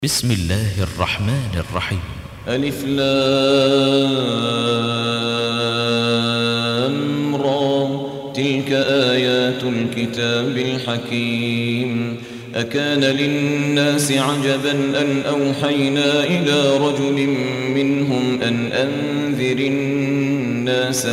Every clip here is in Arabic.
بسم الله الرحمن الرحيم. ألف لام را تلك آيات الكتاب الحكيم. أكان للناس عجبا أن أوحينا إلى رجل منهم أن أنذر الناس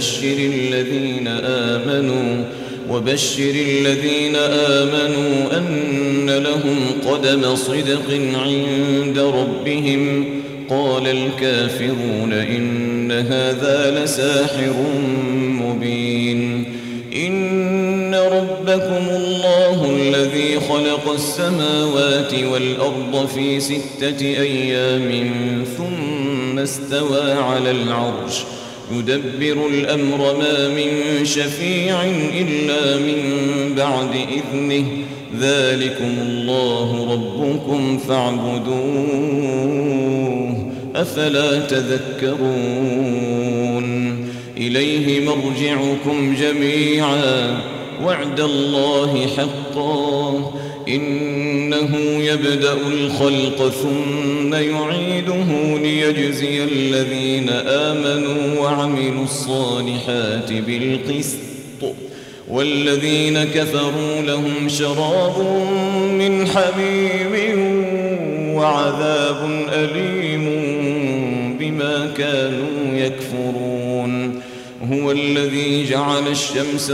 وبشر الذين آمنوا أن لهم قدم صدق عند ربهم. قال الكافرون إن هذا لساحر مبين. إن ربكم الله الذي خلق السماوات والأرض في 6 أيام ثم استوى على العرش يدبر الأمر ما من شفيع إلا من بعد إذنه. ذلكم الله ربكم فاعبدوه أفلا تذكرون. إليه مرجعكم جميعا وعد الله حقا. إنه يبدأ الخلق ثم يعيده ليجزي الذين آمنوا وعملوا الصالحات بالقسط والذين كفروا لهم شراب من حميم وعذاب أليم بما كانوا يكفرون. هو الذي جعل الشمس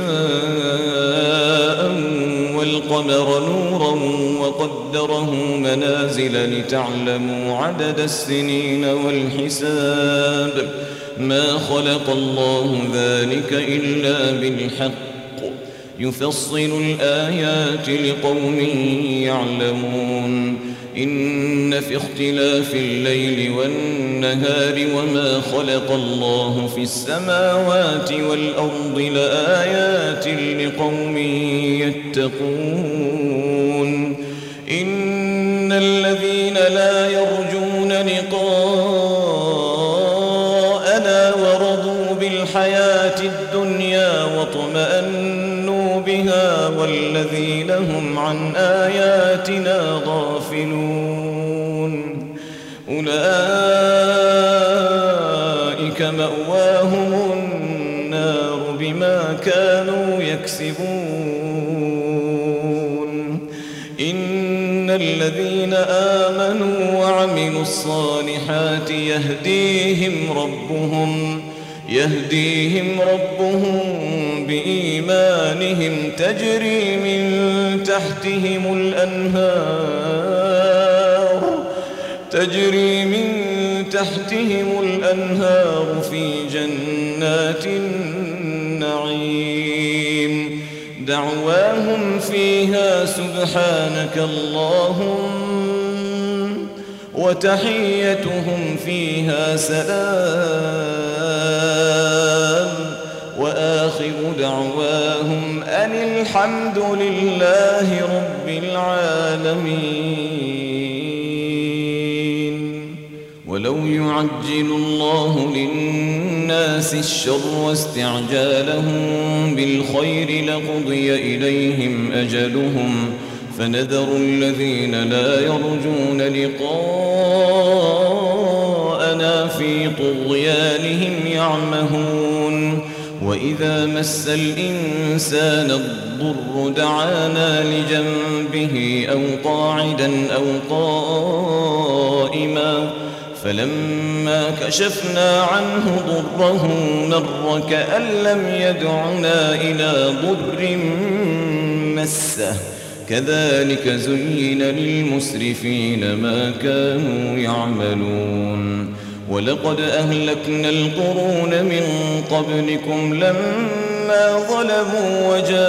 ضياء والقمر نورا وقدره منازل لتعلموا عدد السنين والحساب. ما خلق الله ذلك إلا بالحق يفصل الآيات لقوم يعلمون. إن في اختلاف الليل والنهار وما خلق الله في السماوات والأرض لآيات لقوم يتقون. إن الذين لا يرجون لقاءنا ورضوا بالحياة الدنيا واطمأنوا بها والذين هم عن آياتنا غافلون أولئك مأواهم النار بما كانوا يكسبون. إن الذين آمنوا وعملوا الصالحات يهديهم ربهم بإيمانهم تجري من تحتهم الأنهار في جنات النعيم. دعواهم فيها سبحانك اللهم وتحيتهم فيها سلام وآخر دعواهم أن الحمد لله رب العالمين. ولو يعجل الله للناس الشر واستعجالهم بالخير لقضي إليهم أجلهم فنذر الذين لا يرجون لقاءنا في طغيانهم يعمهون. وإذا مس الإنسان الضر دعانا لجنبه أو قاعدا أو قائما فلما كشفنا عنه ضره مر كأن لم يدعنا إلى ضر مسه. كذلك زين للمسرفين ما كانوا يعملون. ولقد أهلكنا القرون من قبلكم لما ظلموا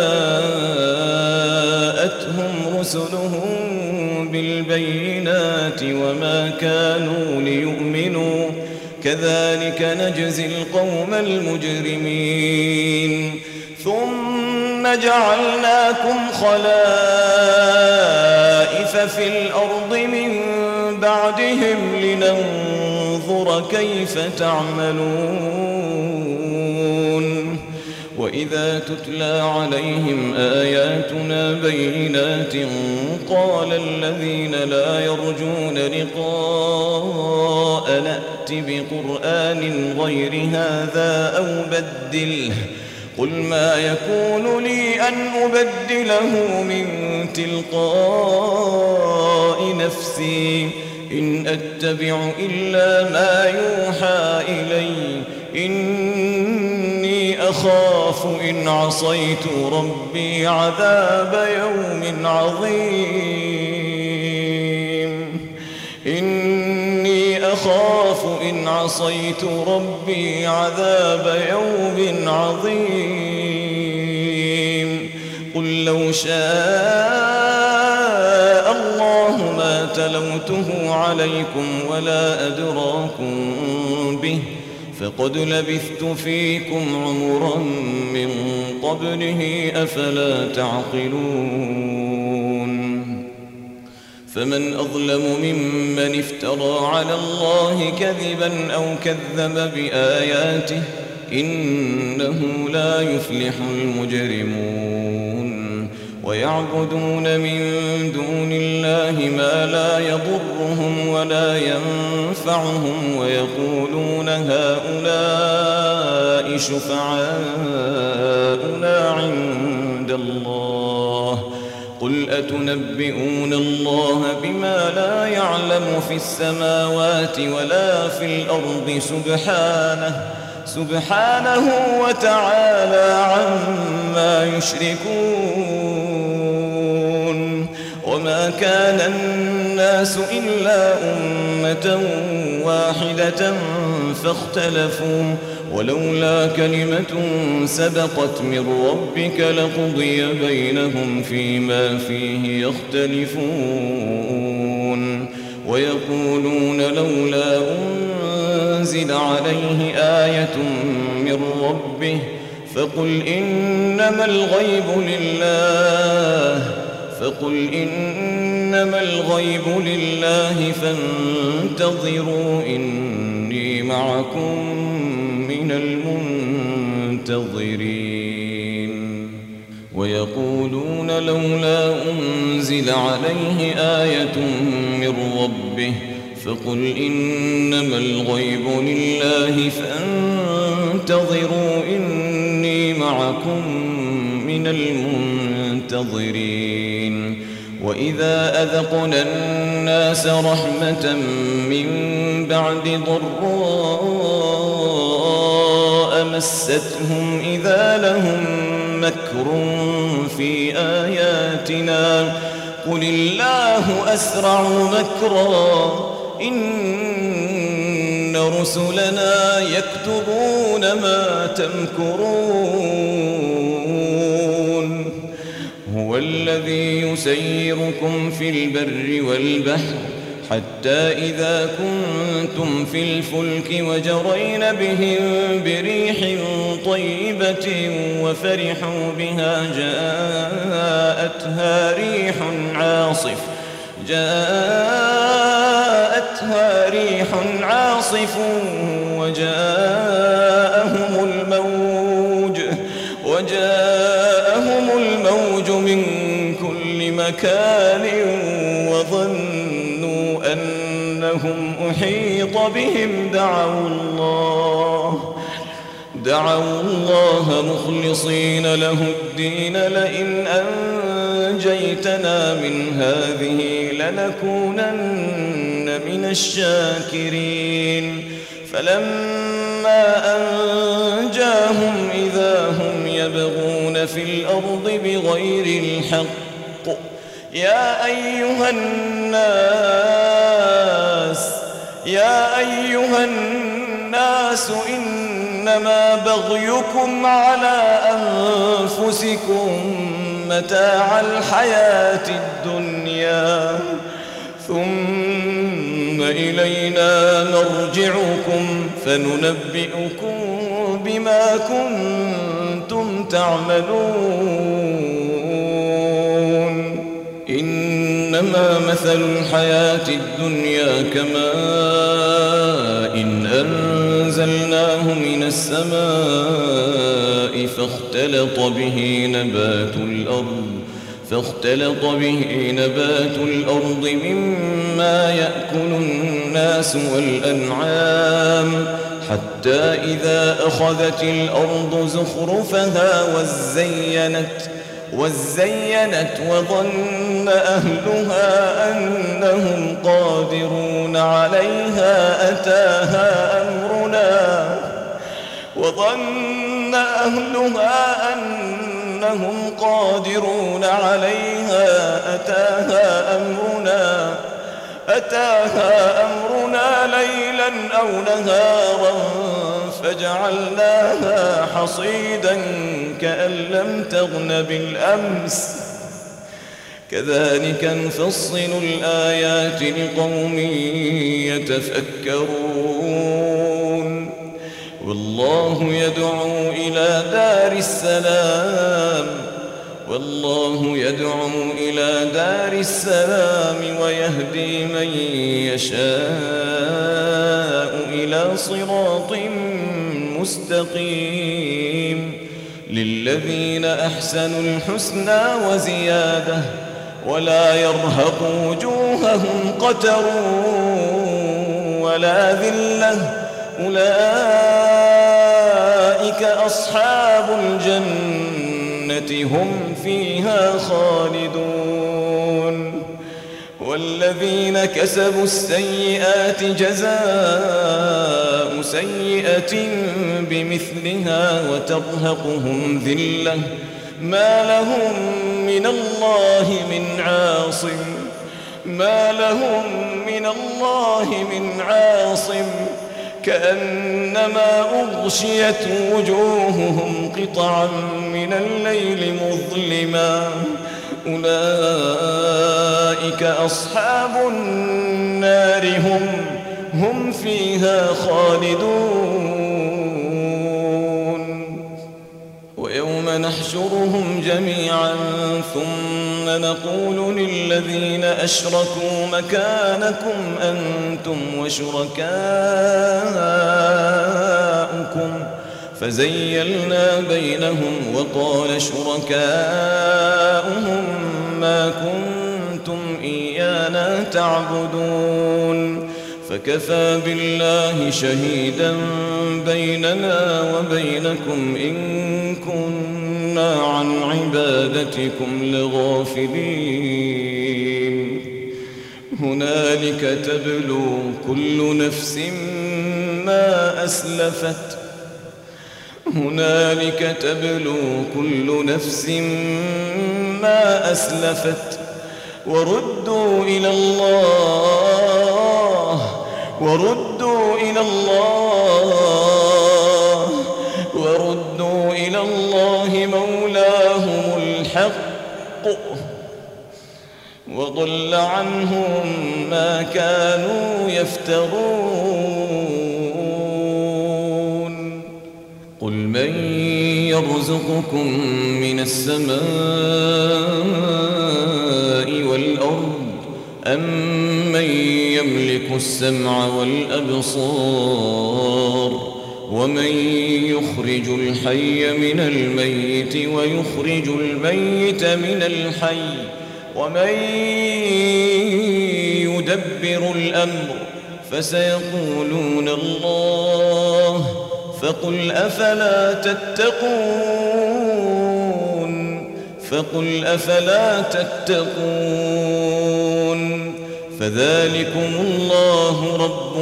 وجاءتهم رسلهم بالبينات وما كانوا ليؤمنوا. كذلك نجزي القوم المجرمين. ثم جعلناكم خلائف في الأرض من بعدهم لننظر كيف تعملون. وإذا تتلى عليهم آياتنا بينات قال الذين لا يرجون لقاء نأت بقرآن غير هذا أو بدله قل ما يكون لي أن أبدله من تلقاء نفسي إن أتبع إلا ما يوحى إلي إني أخاف إن عصيت ربي عذاب يوم عظيم إني أخاف إن عصيت ربي عذاب يوم عظيم قل لو شاء الله ما تلوته عليكم ولا أدراكم به فقد لبثت فيكم عمرا من قبله أفلا تعقلون فمن أظلم ممن افترى على الله كذبا أو كذب بآياته إنه لا يفلح المجرمون ويعبدون من دون الله ما لا يضرهم ولا ينفعهم ويقولون هؤلاء شفعاؤنا عند الله قل أتنبئون الله بما لا يعلم في السماوات ولا في الأرض سبحانه وتعالى عما يشركون وما كان الناس إلا أمة واحدة فاختلفوا ولولا كلمة سبقت من ربك لقضي بينهم فيما فيه يختلفون ويقولون لولا أنزل عليه آية من ربه فقل إنما الغيب لله فانتظروا إني معكم من المنتظرين ويقولون لولا أنزل عليه آية من ربه فقل إنما الغيب لله فانتظروا إني معكم من المنتظرين وإذا أذقنا الناس رحمة من بعد ضراء مستهم إذا لهم مكر في آياتنا قل الله أسرع مكرا إن رسلنا يكتبون ما تمكرون هو الذي يسيركم في البر والبحر حتى إذا كنتم في الفلك وجرين بهم بريح طيبة وفرحوا بها جاءتها ريح عاصف وجاءهم الموج من كل مكان وظنوا أنهم أحيط بهم دعوا الله مخلصين له الدين لئن أنجيتنا من هذه لنكونن من الشاكرين فلما أنجاهم إذا هم يبغون في الأرض بغير الحق يا أيها الناس إنما بغيكم على أنفسكم متاع الحياة الدنيا ثم إلينا مرجعكم فننبئكم بما كنتم تعملون إنما مثل الحياة الدنيا كماء إن أنزلناه من السماء فاختلط به نبات الأرض مما يأكل الناس والأنعام حتى إذا أخذت الأرض زخرفها وزينت وظن أهلها أنهم قادرون عليها أتاها أمرنا ليلا أو نهارا فجعلناها حصيدا كأن لم تغن بالأمس كذلك نفصل الآيات لقوم يتفكرون والله يدعو إلى دار السلام ويهدي من يشاء إلى صراط مستقيم للذين أحسنوا الحسنى وزيادة ولا يرهق وجوههم قتر ولا ذلة أولئك أصحاب الجنة هم فيها خالدون والذين كسبوا السيئات جزاء سيئة بمثلها وترهقهم ذلة ما لهم من الله من عاصم كأنما أغشيت وجوههم قطعا من الليل مظلما أولئك أصحاب النار هم فيها خالدون ويوم نحشرهم جميعا ثم نقول للذين أشركوا مكانكم أنتم وشركاؤكم فزيلنا بينهم وقال شركاؤهم ما كنتم إيانا تعبدون فكفى بالله شهيدا بيننا وبينكم إن كنا عن عبادتكم لغافلين هنالك تبلو كل نفس ما أسلفت وردوا إلى الله مولاهم الحق وضل عنهم ما كانوا يفترون قل من يرزقكم من السماء والأرض أم من يملك السمع والأبصار ومن يخرج الحي من الميت ويخرج الميت من الحي ومن يدبر الأمر فسيقولون الله فقل أفلا تتقون فذلكم الله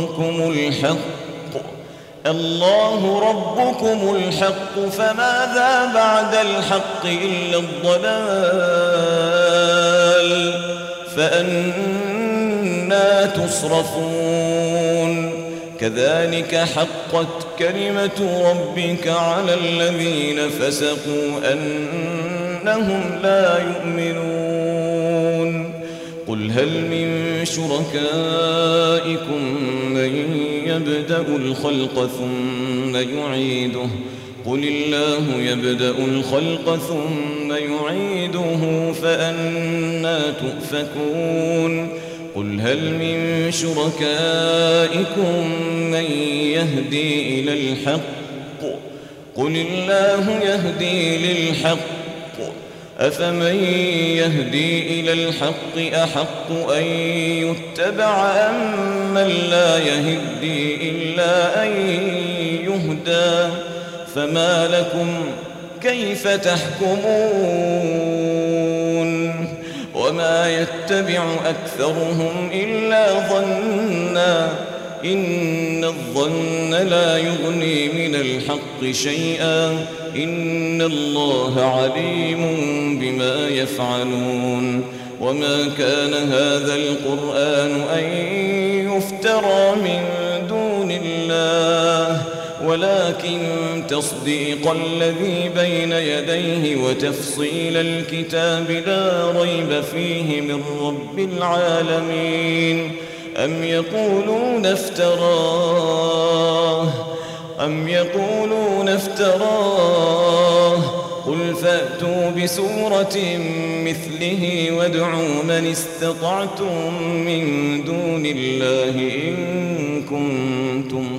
ربكم الحق فماذا بعد الحق إلا الضلال فأنى تصرفون كذلك حقت كلمة ربك على الذين فسقوا أنهم لا يؤمنون قل هل من شركائكم من يبدأ الخلق ثم يعيده قل الله يبدأ الخلق ثم يعيده فأنى تؤفكون قل هل من شركائكم من يهدي إلى الحق قل الله يهدي للحق أفمن يهدي إلى الحق أحق أن يتبع أم من لا يهدي إلا أن يهدى فما لكم كيف تحكمون وما يتبع أكثرهم إلا ظنا إن الظن لا يغني من الحق شيئا إن الله عليم بما يفعلون وما كان هذا القرآن أن يفترى من دون الله ولكن تصديق الذي بين يديه وتفصيل الكتاب لا ريب فيه من رب العالمين أم يقولون افتراه قل فأتوا بسورة مثله وادعوا من استطعتم من دون الله إن كنتم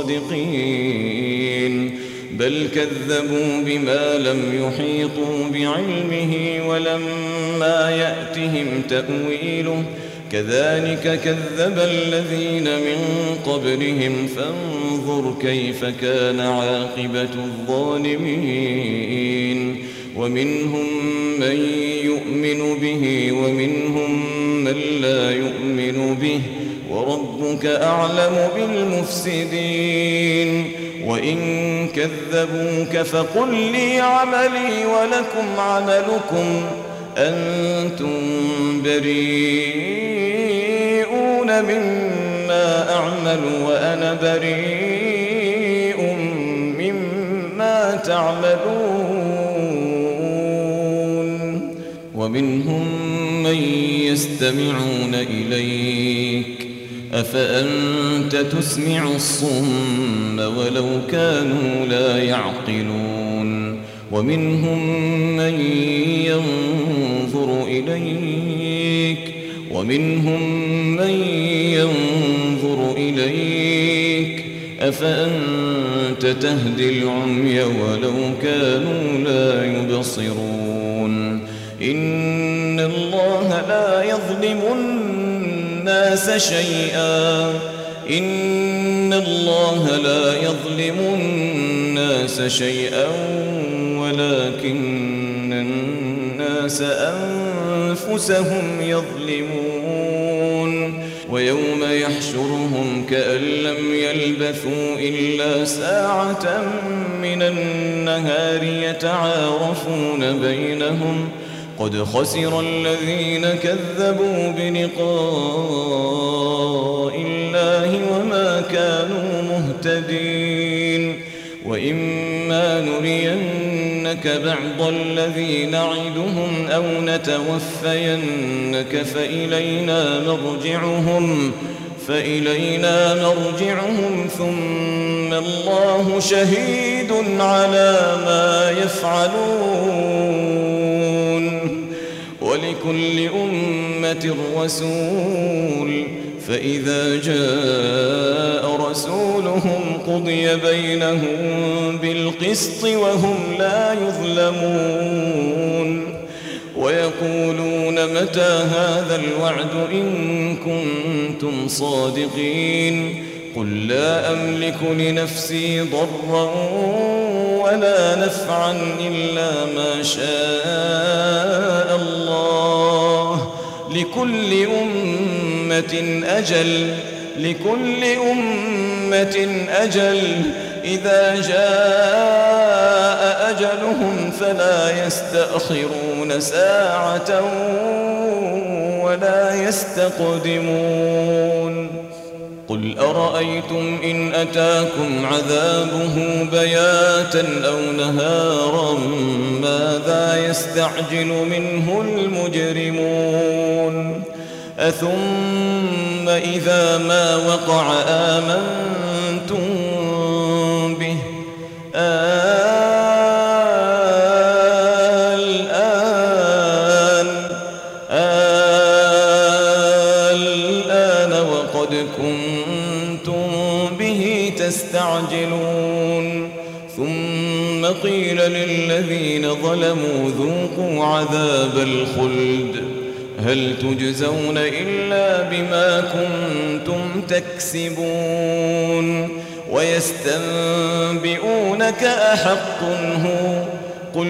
صادقين بل كذبوا بما لم يحيطوا بعلمه ولما يأتهم تأويله كذلك كذب الذين من قبلهم فانظر كيف كان عاقبة الظالمين ومنهم من يؤمن به ومنهم من لا يؤمن به وربك أعلم بالمفسدين وإن كذبوك فقل لي عملي ولكم عملكم أنتم بريئون مما أعمل وأنا بريء مما تعملون ومنهم من يستمعون إليك أفأنت تسمع الصم ولو كانوا لا يعقلون ومنهم من ينظر إليك أفأنت تهدي العمي ولو كانوا لا يبصرون إن الله لا يظلم الناس شيئا ولكن الناس أنفسهم يظلمون ويوم يحشرهم كأن لم يلبثوا إلا ساعة من النهار يتعارفون بينهم قد خسر الذين كذبوا بلقاء الله وما كانوا مهتدين وإما نرينك بعض الذي نعدهم أو نتوفينك فإلينا مرجعهم ثم الله شهيد على ما يفعلون ولكل أمة رسول فإذا جاء رسولهم قضي بينهم بالقسط وهم لا يظلمون ويقولون متى هذا الوعد إن كنتم صادقين قل لا أملك لنفسي ضرا ولا نفعا إلا ما شاء الله لكل أمة أجل إذا جاء أجلهم فلا يستأخرون ساعة ولا يستقدمون قل أرأيتم إن أتاكم عذابه بياتا أو نهارا ماذا يستعجل منه المجرمون أثم إذا ما وقع آمنتم به الآن وقد كنتم به تستعجلون ثم ثم قيل للذين ظلموا ذوقوا عذاب الخلد هل تجزون إلا بما كنتم تكسبون ويستنبئونك أحق هو قل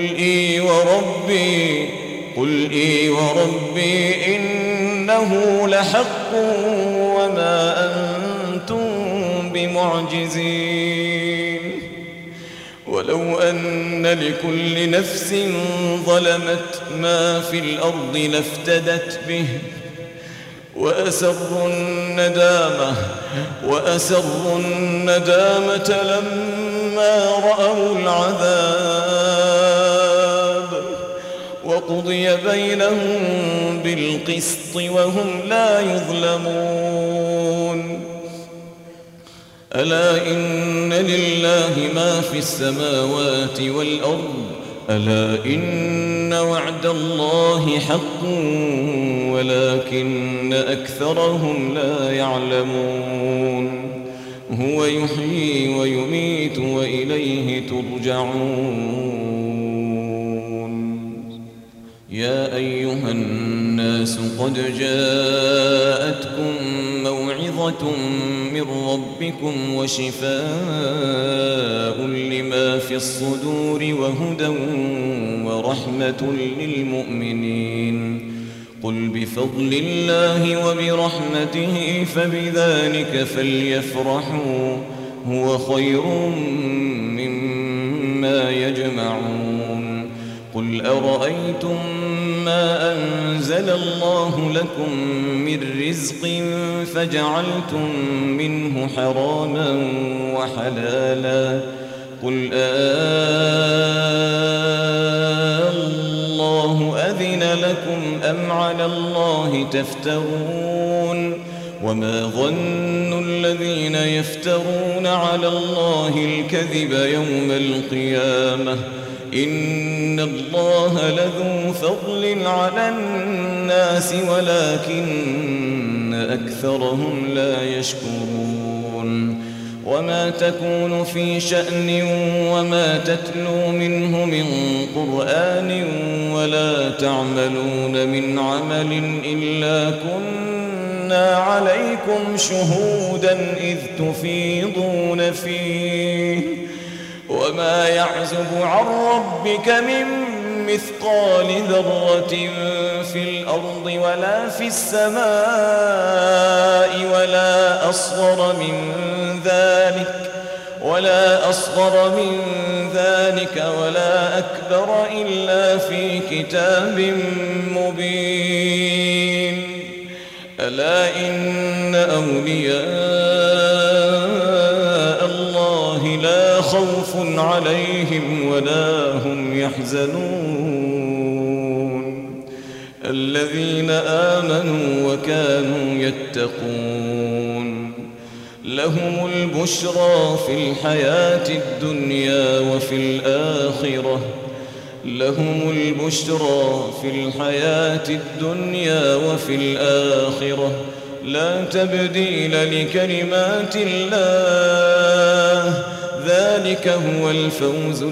إي وربي إنه لحق وما أنتم بمعجزين ولو أن لكل نفس ظلمت ما في الأرض لافتدت به وأسروا الندامة لما رأوا العذاب وقضي بينهم بالقسط وهم لا يظلمون ألا إن لله ما في السماوات والأرض ألا إن وعد الله حق ولكن أكثرهم لا يعلمون هو يحيي ويميت وإليه ترجعون يا أيها الناس قد جاءتكم موعظة من ربكم وشفاء لما في الصدور وهدى ورحمة للمؤمنين قل بفضل الله وبرحمته فبذلك فليفرحوا هو خير مما يجمعون قل أرأيتم ما أنزل الله لكم من رزق فجعلتم منه حراما وحلالا قل الله أذن لكم أم على الله تفترون وما ظن الذين يفترون على الله الكذب يوم القيامة إن الله لذو فضل على الناس ولكن أكثرهم لا يشكرون وما تكون في شأن وما تتلو منه من قرآن ولا تعملون من عمل إلا كنا عليكم شهودا إذ تفيضون فيه وما يعزب عن ربك من مثقال ذرة في الأرض ولا في السماء ولا أصغر من ذلك ولا أكبر إلا في كتاب مبين ألا إن أولياء الله لا خوف عليهم ولا هم يحزنون الذين آمنوا وكانوا يتقون لهم البشرى في الحياة الدنيا وفي الآخرة لا تبديل لكلمات الله ذلك هو الفوز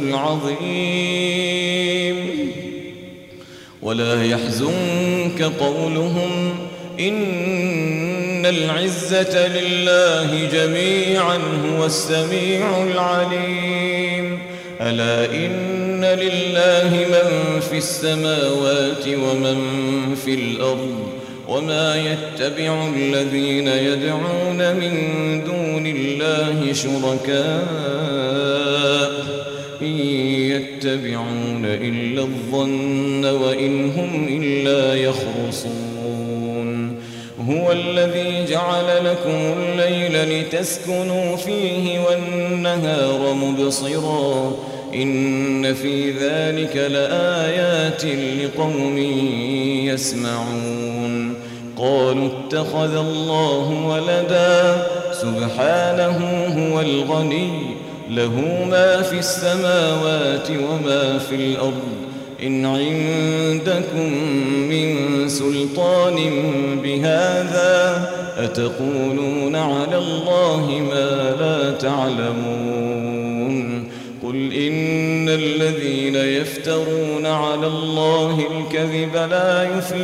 العظيم ولا يحزنك قولهم إن العزة لله جميعا هو السميع العليم ألا إن لله من في السماوات ومن في الأرض وما يتبع الذين يدعون من دون الله شركاء إن يتبعون إلا الظن وإن هم إلا يخرصون هو الذي جعل لكم الليل لتسكنوا فيه والنهار مبصرا إن في ذلك لآيات لقوم يسمعون قالوا اتخذ الله ولدا سبحانه هو الغني له ما في السماوات وما في الأرض إن عندكم من سلطان بهذا أتقولون على الله ما لا تعلمون قل إن الذين يفترون على الله الكذب لا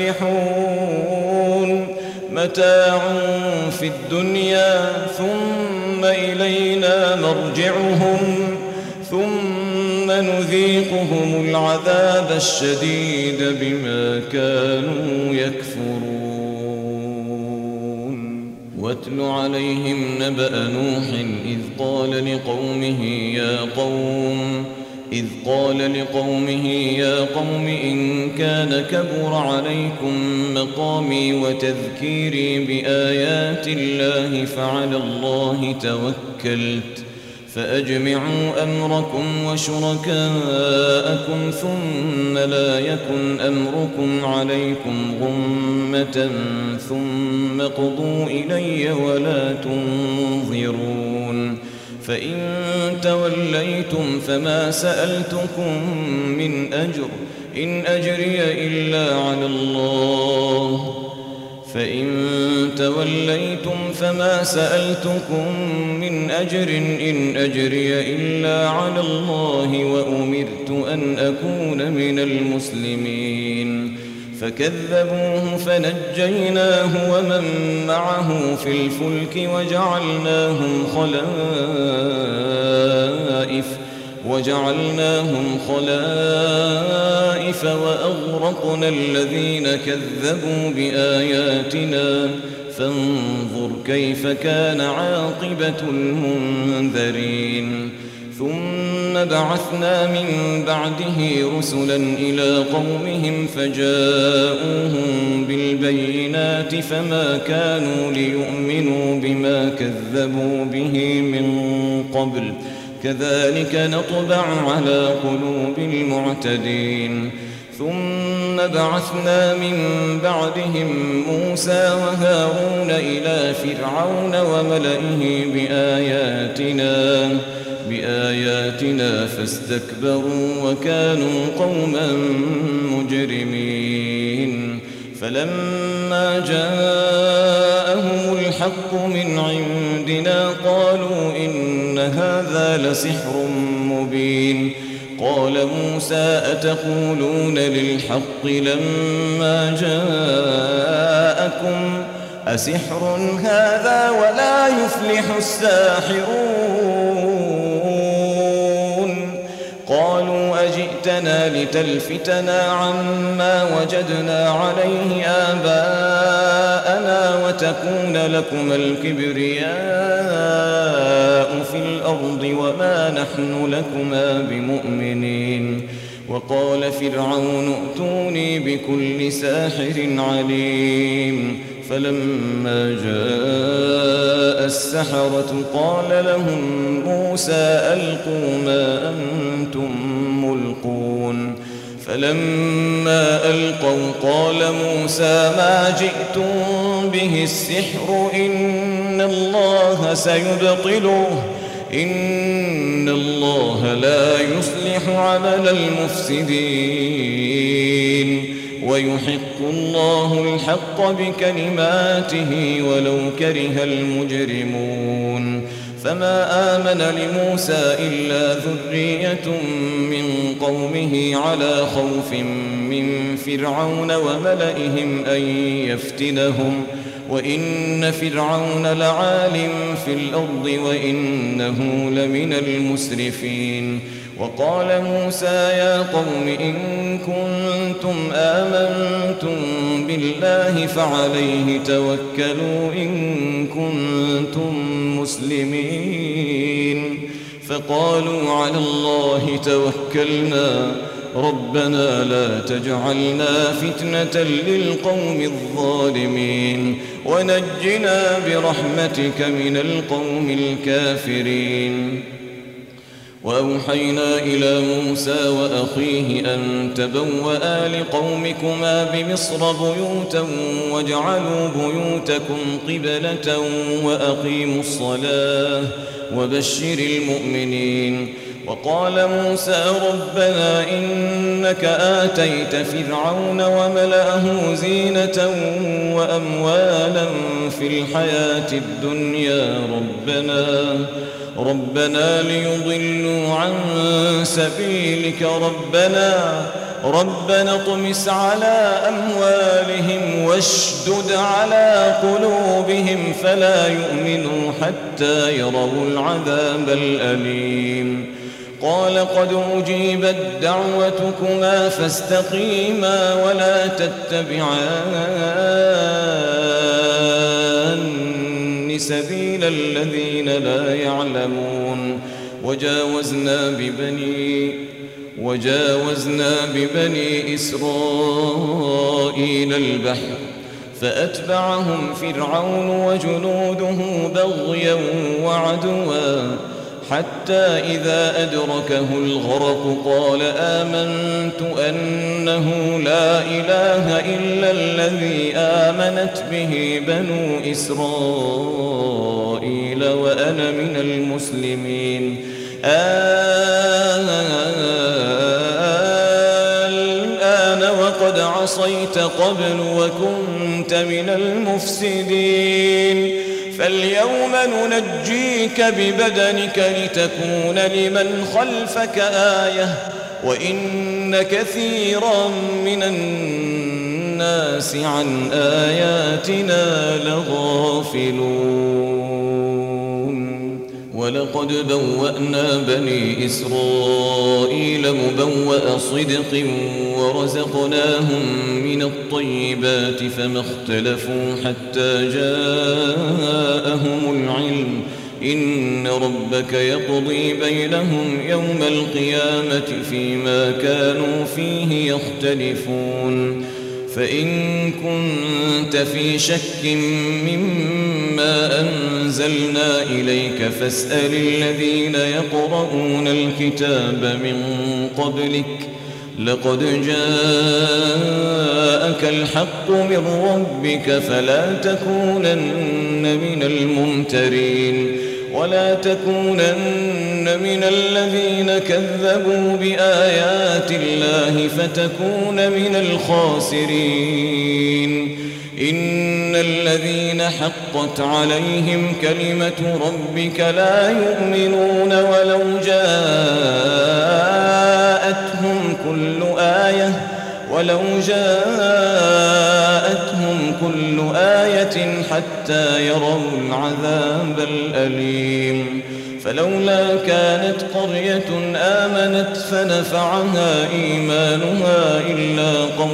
يفلحون متاع في الدنيا ثم إلينا مرجعهم ثم نذيقهم العذاب الشديد بما كانوا يكفرون. واتل عليهم نبأ نوح إذ قال لقومه يا قوم إن كان كبر عليكم مقامي وتذكيري بآيات الله فعلى الله توكلت فأجمعوا أمركم وشركاءكم ثم لا يكن أمركم عليكم غمة ثم قضوا إلي ولا تنظرون. فإن توليتم فما سألتكم من أجر إن أجري إلا على الله وأمرت أن أكون من المسلمين. فكذبوه فنجيناه ومن معه في الفلك وجعلناهم خلائف وأغرقنا الذين كذبوا بآياتنا فانظر كيف كان عاقبة المنذرين. ثم بعثنا من بعده رسلا إلى قومهم فجاءوهم بالبينات فما كانوا ليؤمنوا بما كذبوا به من قبل كذلك نطبع على قلوب المعتدين. ثم بعثنا من بعدهم موسى وهارون إلى فرعون وملئه بآياتنا فاستكبروا وكانوا قوما مجرمين. فلما جاءهم الحق من عندنا قالوا إن هذا لسحر مبين. قال موسى أتقولون للحق لما جاءكم أسحر هذا ولا يفلح الساحرون. قالوا أجئتنا لتلفتنا عما وجدنا عليه آباءنا وتكون لكما الكبرياء في الأرض وما نحن لكما بمؤمنين. وقال فرعون ائتوني بكل ساحر عليم. فلما جاء السحرة قال لهم موسى ألقوا ما أنتم ملقون. فلما ألقوا قال موسى ما جئتم به السحر إن الله سيبطله إن الله لا يصلح عمل المفسدين ويحق الله الحق بكلماته ولو كره المجرمون. فما آمن لموسى إلا ذرية من قومه على خوف من فرعون وملئهم أن يفتنهم وإن فرعون لعال في الأرض وإنه لمن المسرفين. وقال موسى يا قوم إن كنتم آمنتم بالله فعليه توكلوا إن كنتم مسلمين. فقالوا على الله توكلنا ربنا لا تجعلنا فتنة للقوم الظالمين ونجنا برحمتك من القوم الكافرين. وأوحينا إلى موسى وأخيه أن تبوأ لقومكما بمصر بيوتا واجعلوا بيوتكم قبلة وأقيموا الصلاة وبشر المؤمنين. وقال موسى ربنا إنك آتيت فرعون وملأه زينة وأموالا في الحياة الدنيا ربنا ليضلوا عن سبيلك ربنا اطمس على أموالهم واشدد على قلوبهم فلا يؤمنوا حتى يروا العذاب الأليم قال قد أجيبت دعوتكما فاستقيما ولا تتبعان سبيل الذين لا يعلمون وجاوزنا ببني إسرائيل البحر فأتبعهم فرعون وجنوده بغيا وعدوا حتى إذا أدركه الغرق قال آمنت أنه لا إله إلا الذي آمنت به بنو إسرائيل وأنا من المسلمين الآن وقد عصيت قبل وكنت من المفسدين فاليوم ننجيك ببدنك لتكون لمن خلفك آية وإن كثيرا من الناس عن آياتنا لغافلون ولقد بوأنا بني إسرائيل مبوأ صدق ورزقناهم من الطيبات فما اختلفوا حتى جاءهم العلم إن ربك يقضي بينهم يوم القيامة فيما كانوا فيه يختلفون فإن كنت في شك مما أنزلنا إليك فاسأل الذين يقرؤون الكتاب من قبلك لقد جاءك الحق من ربك فلا تكونن من الممترين ولا تكونن من الذين كذبوا بآيات الله فتكون من الخاسرين إن الذين حقت عليهم كلمة ربك لا يؤمنون ولو جاءتهم كل آية حتى يروا العذاب الأليم فلولا كانت قرية آمنت فنفعها إيمانها إلا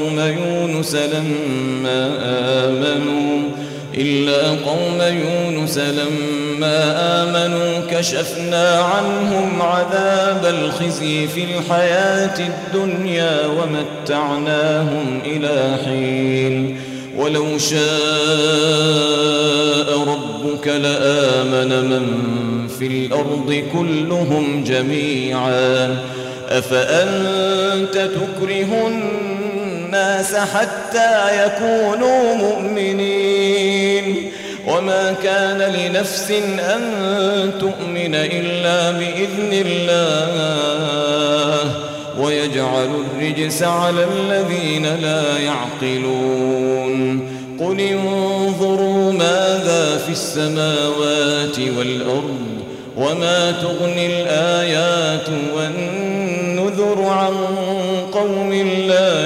قوم يونس لما آمنوا كشفنا عنهم عذاب الخزي في الحياة الدنيا ومتعناهم إلى حين ولو شاء ربك لآمن من في الأرض كلهم جميعا أفأنت تكره الناس حتى يكونوا مؤمنين وما كان لنفس أن تؤمن إلا بإذن الله ويجعل الرجس على الذين لا يعقلون قل انظروا ماذا في السماوات والأرض وما تغني الآيات والنذر عن قوم لا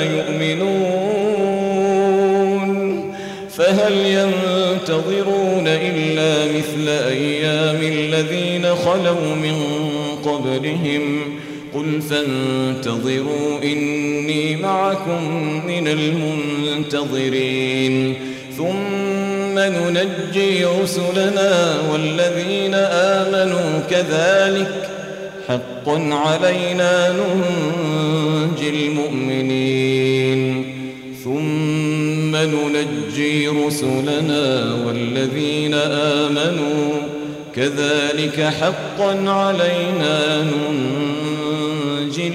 يؤمنون فهل ينتظرون إلا مثل أيام الذين خلوا من قبلهم قل فانتظروا إني معكم من المنتظرين ثم ننجي رسلنا والذين آمنوا كذلك حقا علينا ننجي المؤمنين ثم ننجي رسلنا والذين آمنوا كذلك حقا علينا ننجي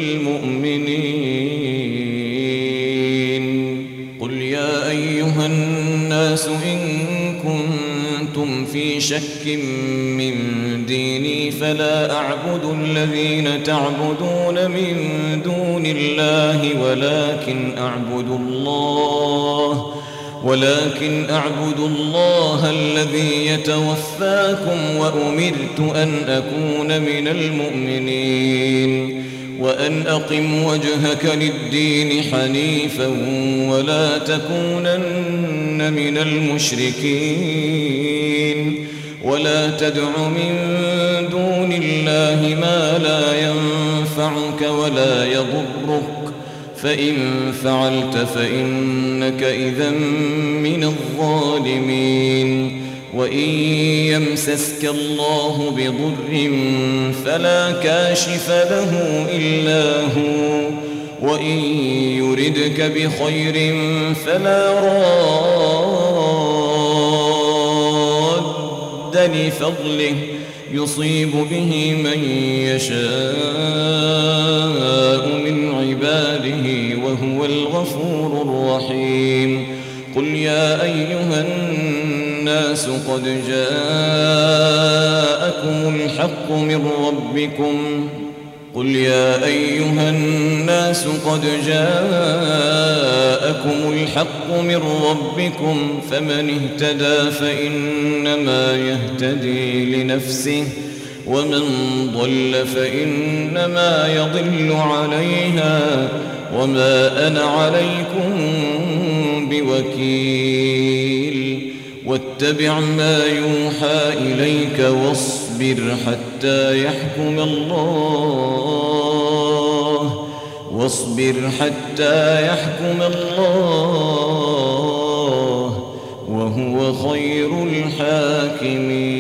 المؤمنين قل يا أيها الناس إن كنتم في شك من ديني فلا أعبد الذين تعبدون من دون الله ولكن أعبد الله الذي يتوفاكم وأمرت أن أكون من المؤمنين وأن أقم وجهك للدين حنيفا ولا تكونن من المشركين ولا تدع من دون الله ما لا ينفعك ولا يضرك فإن فعلت فإنك إذا من الظالمين وإن يمسسك الله بضر فلا كاشف له إلا هو وإن يردك بخير فلا راد لفضله يصيب به من يشاء من عباده وهو الغفور الرحيم قل يا أيها الناس قد جاءكم الحق من ربكم فمن اهتدى فإنما يهتدي لنفسه ومن ضل فإنما يضل عليها وما أنا عليكم بوكيل واتبع ما يوحى إليك واصبر حتى يحكم الله وهو خير الحاكمين.